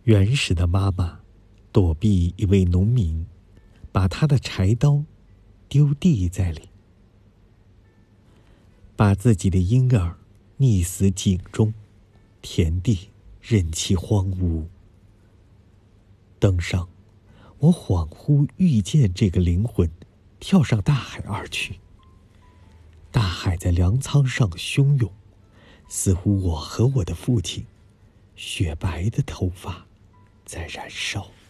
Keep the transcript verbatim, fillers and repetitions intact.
原始的妈妈躲避一位农民，把他的柴刀丢地在里，把自己的婴儿溺死井中，田地任其荒芜。登上，我恍惚遇见这个灵魂跳上大海而去。大海在粮仓上汹涌，似乎我和我的父亲雪白的头发在燃烧。